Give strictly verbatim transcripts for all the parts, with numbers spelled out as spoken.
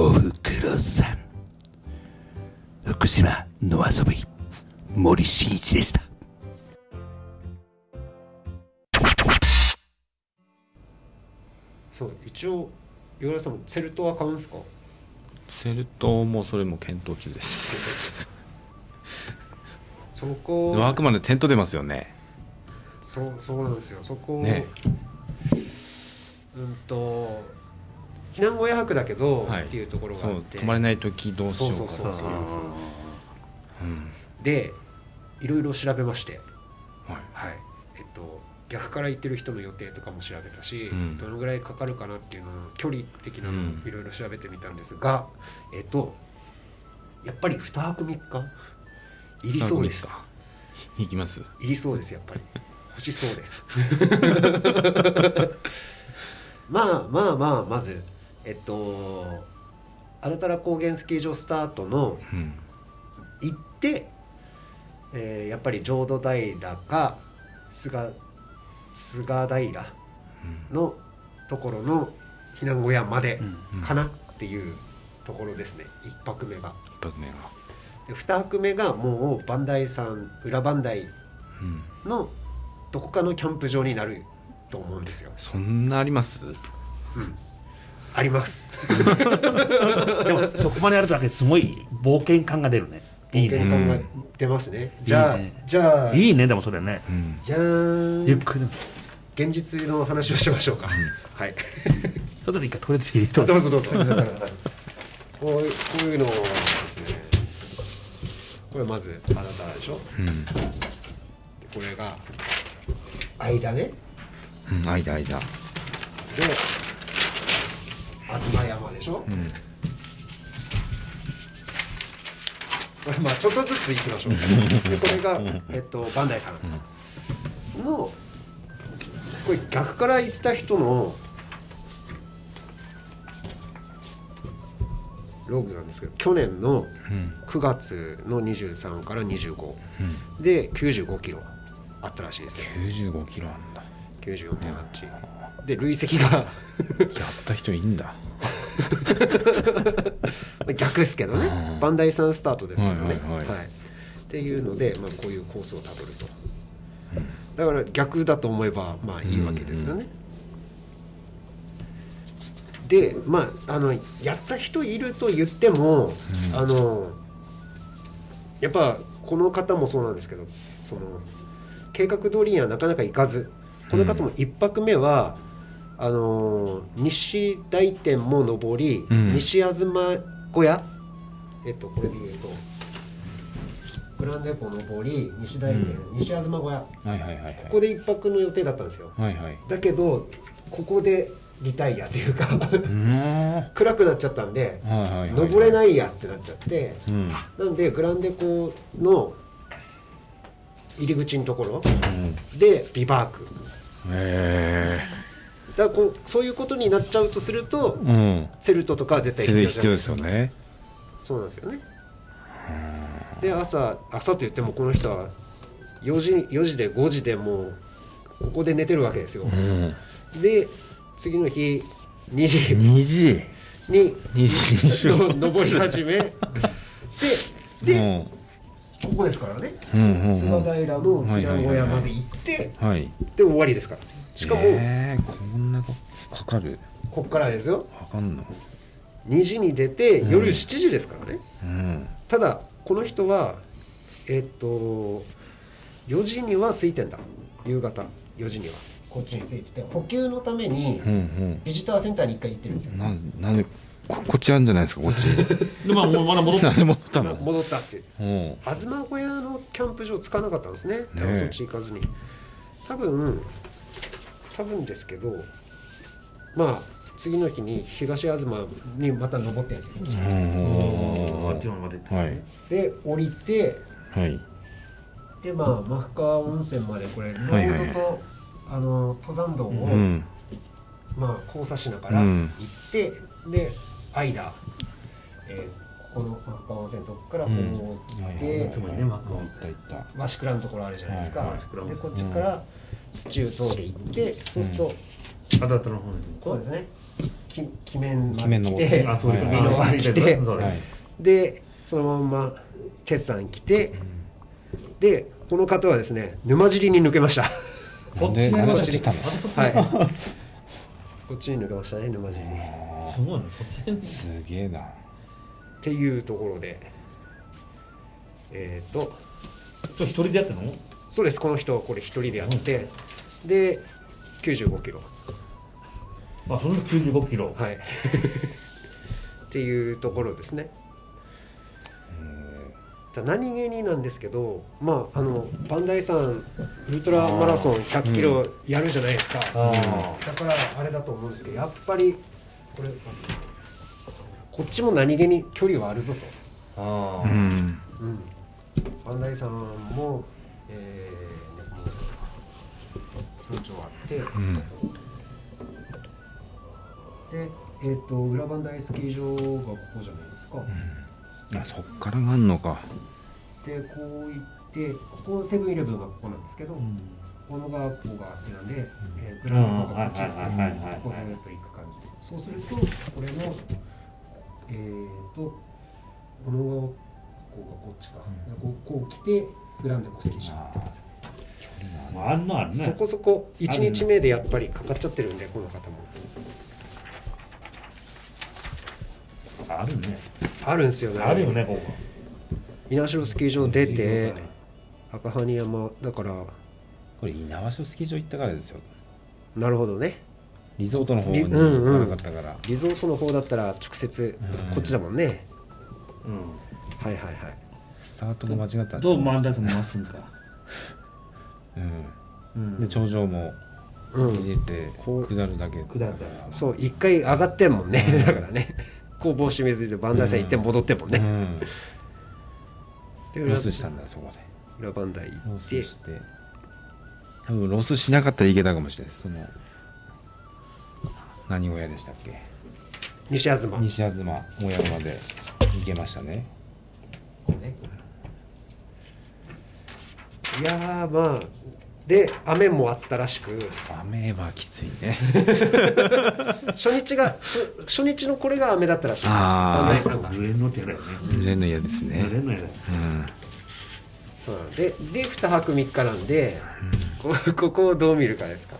おふくろさん、福島の遊び、森進一でした。 そう、一応岩原さんもセルトは買うんですか？ セルトもそれも検討中ですそこあくまでテント出ますよね。 そうそうなんですよ。そこ、 ね、 うんと避難小屋泊だけど、はい、っていうところがあって、 そう泊まれないときどうしようか。そうそうそうそうなんですよ、 うん、でいろいろ調べまして、 はいはい、えっと逆から行ってる人の予定とかも調べたし、 うん、 どのぐらいかかるかなっていうのを距離的なのをいろいろ調べてみたんですが、うん、えっとやっぱりにはくみっかいりそうです。 行きます。 いりそうです。やっぱり欲しそうですまあまあまあまずえっと安達太良高原スキー場スタートの、うん、行って、えー、やっぱり浄土平か菅菅平のところの避難小屋までかなっていうところですね。いっぱくめがいっぱくめがでにはくめがもう磐梯山裏磐梯のどこかのキャンプ場になると思うんですよ。 そんなあります？ うん、ありますでもそこまでやるとだけすごい冒険感が出るね。 冒険感が出ますね。じゃあいいね、じゃあいいね。でもそれね、うん、 じゃーんゆっくり現実の話をしましょうか、うん、はいそれで一回取れていいとどうぞどうぞこういうこういうのですね。これまずあなたでしょ、うん、でこれが間ね、 うん、間間で東山でしょ、うん、これまあちょっとずついきましょうでこれが、えっと、磐梯さんのこれ逆から行った人のログなんですけど、去年のくがつのにじゅうさんからにじゅうご、うん、できゅうじゅうごキロあったらしいですよ。 きゅうじゅうごキロあんだ。 きゅうじゅうよんてんはち で累積がやった人いいんだ逆ですけどね、磐梯山スタートですけどね、はいはいはいはい、っていうので、まあ、こういうコースをたどると、うん、だから逆だと思えばまあいいわけですよね、うんうん、でまああのやった人いると言っても、うん、あのやっぱこの方もそうなんですけど、その計画通りにはなかなか行かず、この方もいっぱくめは、うん、あの西大天も登り、うん、西東小屋、えっとこれで言うとグランデポ登り西大天、うん、西東小屋、はいはいはいはい、ここでいっぱくの予定だったんですよ、はいはい、だけどここでリタイアというか暗くなっちゃったんで、はいはいはいはい、登れないやってなっちゃって、うん、なんでグランデポの入り口のところでビバーク、へー、だからこうそういうことになっちゃうとすると、うん、セルトとかは絶対必要じゃないですか。必要ですよね。そうなんですよね。で朝朝と言ってもこの人はよじ、よじでごじでもうここで寝てるわけですよ、うん、で次の日にじにじに登り始めでで、うんここですからね、うんうんうん、菅平の避難小屋まで行って、はいはいはい、で終わりですから。しかも、 えー、こんなかかるこっからですよ。 かかんのにじに出て夜しちじですからね、うん、ただこの人はえー、っとよじには着いてんだ。夕方よじにはこっちに着いてて補給のためにビジターセンターにいっかい行ってるんですよ、 うんうん、ななんでこ, こっちあるんじゃないですか、こっちで、まあ、まだ戻った戻ったの戻ったって東小屋のキャンプ場使わなかったんですね。だからそっち行かずに、多分多分ですけど、まあ次の日に東東にまた登ってるんですよ。あっちまで、はい、で降りて、はい、でまあ真深温泉までこれロードと、はいはいはい、あの登山道を、うん、まあ交差しながら行って、うん、で間、えー、ここの真深温泉のとこからこう行って、和宿倉のところあるじゃないですか、はいはい、でこっちから土中峠行って、うん、そうすると、 あだたの方にそうですね、 き記念記念のまで来てあそうですはい美濃丸来てそうですはいでそのまんま鉄さん来てでこの方はですね沼尻に抜けましたなんでなんでそっち行ったのあそっちはいこっちに抜けましたね沼尻にっすごいねそっちですげえなていうところでえっ、と一人でやってんの？ そうですこの人はこれ一人でやってできゅうじゅうごキロあそのきゅうじゅうごキロはいっていうところですねだ何気になんですけどまああのバンダイさんウルトラマラソンひゃっキロやるじゃないですか、 あだからあれだと思うんですけどやっぱりこれこっちも何気に距離はあるぞと、 あうんうん、バンダイさんも、えー、もう山頂あってで、 うんえー、と裏バンダイスキー場がここじゃないですか、 あそっからがあんのかでこう行ってここセブンイレブンがここなんですけど、 うんこのがここがあってなんで、えー、グランドがこっちですはいはいはいはいねここずっと行く感じでそうするとこれのえー、とこのがここがこっちか、こうこう来てグランドコスキー場まああんのあるねそこそこいちにちめでやっぱりかかっちゃってるんでこの方もあるねあるんですよねあるよねここ稲城スキー場出て赤羽山だからこれ猪苗代スキー場行ったからですよなるほどねリゾートの方にリ行かなかったから、 リゾートの方だったら直接うんこっちだもんね、 うんはいはいはいスタートが間違ったんですどうよねマンダイさん回すんかうんうんで頂上もうん入れてこう下るだけ下るだけそう一回上がってんもんねだからねこう帽子水でバンダイさん行って戻ってんもんね、 うんでロスしたんだそこで裏バンダイロ行ってスして多分ロスしなかったらいけたかもしれないその何小屋でしたっけ西東西東小屋まで行けましたねねいやーまあで雨もあったらしく雨はきついね初日が初初日のこれが雨だったらしいですあーバンダイさんが上の手だよね濡れの嫌ですね上の手だようんそうなんででにはくみっかなんで、こここをどう見るかですか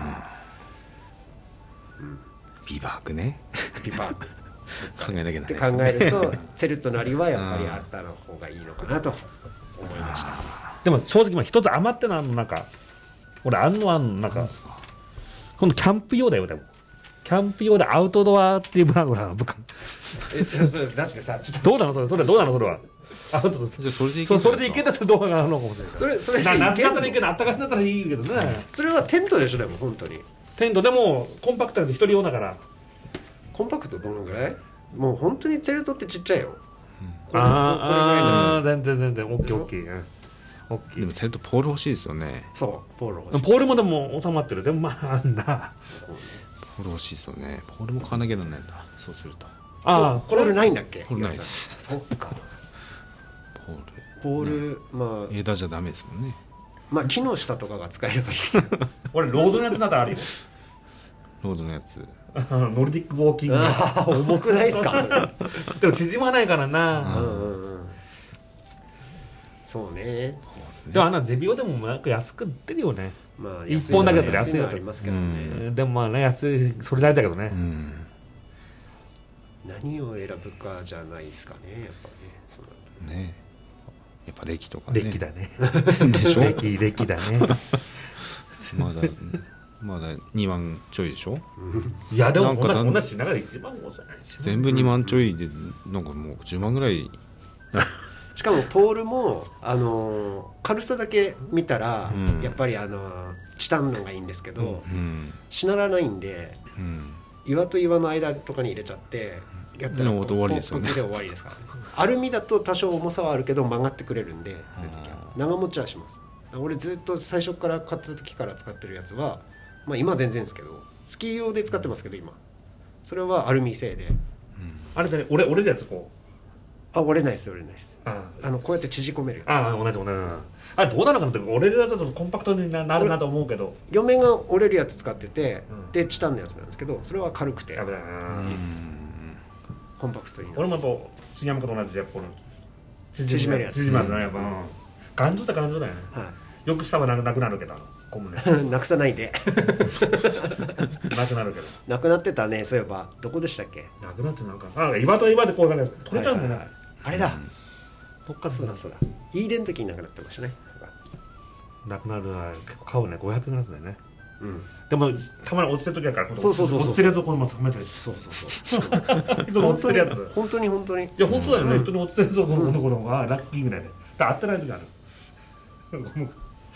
ビバークねビバーク考えなきゃなってらない考えるとツェルトなりはやっぱりあったの方がいいのかなと思いましたでも正直まあ一つ余ってのあんのなんか俺あんのあんのなんか今度キャンプ用だよでもキャンプ用でアウトドアっていうブランドなのとかえそうそうですだってさちょっとどうなのそれそれどうなのそれはアウトドじゃあそれでいけそるそれでいけたらどうなのかもしれないそれそれでな夏だったらいいけんのけないあったかいんだったらいいけどねそれはテントでしょでも本当にテントでもコンパクトなんで一人用だからコンパクトどのぐらいもう本当にツェルトってちっちゃいよ、これこれぐらいになっちゃうああ全然全然大きい大きいうん大きいでもセルトポール欲しいですよねそうポール欲しいポールもでも収まってるでもまああんなポール欲しいですよねポールも買わなきゃならないんだそうするとああポールないんだっけポールないですそっかポールポール、まあ枝じゃダメですもんねまあ木の下とかが使えればいい俺ロードのやつならあるよロードのやつノルディックウォーキングああ重くないですかそれでも縮まないからな、 うんうんうんそうねでもあんなゼビオでもなんか安く売ってるよね、 まあ一本だけだったら安いの安いのはありますけどね、 うんでもまあね安いそれなりだけどね、 うん何を選ぶかじゃないですかねやっぱねそうなんだねやっぱ歴とかね歴だねでしょ歴歴だねまだまだにまんちょいでしょいやでもなんかだんこんなそんなしながらいちまんごせんえん全部にまんちょいでなんかもうじゅうまんぐらいしかもポールも、あのー軽さだけ見たら、 うんやっぱり、あのーチタンのがいいんですけど、 うんしならないんでうん岩と岩の間とかに入れちゃってやったらでも終わりですよねポップで終わりですからねアルミだと多少重さはあるけど曲がってくれるんでそういう時は長持ちはします俺ずっと最初から買った時から使ってるやつは、まあ、今は全然ですけどスキー用で使ってますけど今それはアルミ製であれだね俺俺のやつこうあ折れないです折れないです。 ああのこうやって縮こめるやつ。 あ同じ同じ。あれどうなのかなって折れるやつだとコンパクトになるなと思うけど、 嫁が折れるやつ使ってて、 うん、 でチタンのやつなんですけど、それは軽くてやべだな、 いいっす。コンパクトになる。 俺もやっぱ杉山君と同じでやっぱこの縮めるやつ縮めるやつねやっぱ、うん、頑丈だ頑丈だよね、 はよく下はなくなるけどゴムねい、なくさないでなくなるけどなくなってたね。そういえばどこでしたっけ。 なくなってなんかあ岩と岩でこうね取れちゃうんだよね、 はいはいはい、あれだ、 どっかでそうだそうだ、イーデンの時になくなってましたね。 なくなるのは結構買うねごひゃくえんのやつだよね。 うん、 でもたまに落ちてる時やからそうそうそうそう、 落ちてるやつをこのまま止めたりそうそうそう人の落ちてるやつ本当に本当にいや本当だよね、うん、人に落ちてるぞこの男の子がラッキーぐらいでだ合ってない時あるポールね。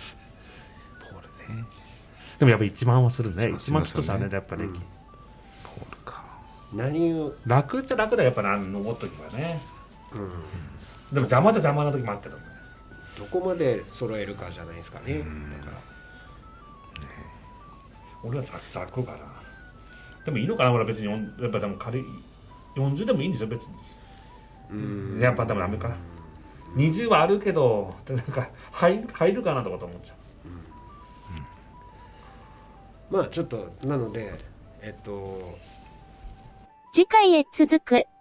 でもやっぱいちまんはするね。いちまんちょっとしたねやっぱり、うん、ポールか何を楽っちゃ楽だやっぱな登っときはね、うん、でも邪魔じゃ邪魔な時もあってたもんね。 どこまで揃えるかじゃないですかね、うん、だから、ね、 俺はザザックかな。でもいいのかな俺は別にやっぱでも軽いよんじゅうでもいいんですよ別に。うんやっぱでもダメか。にじゅうはあるけどなんか入る入るかなとかと思っちゃう、うん、まあちょっとなのでえっと次回へ続く。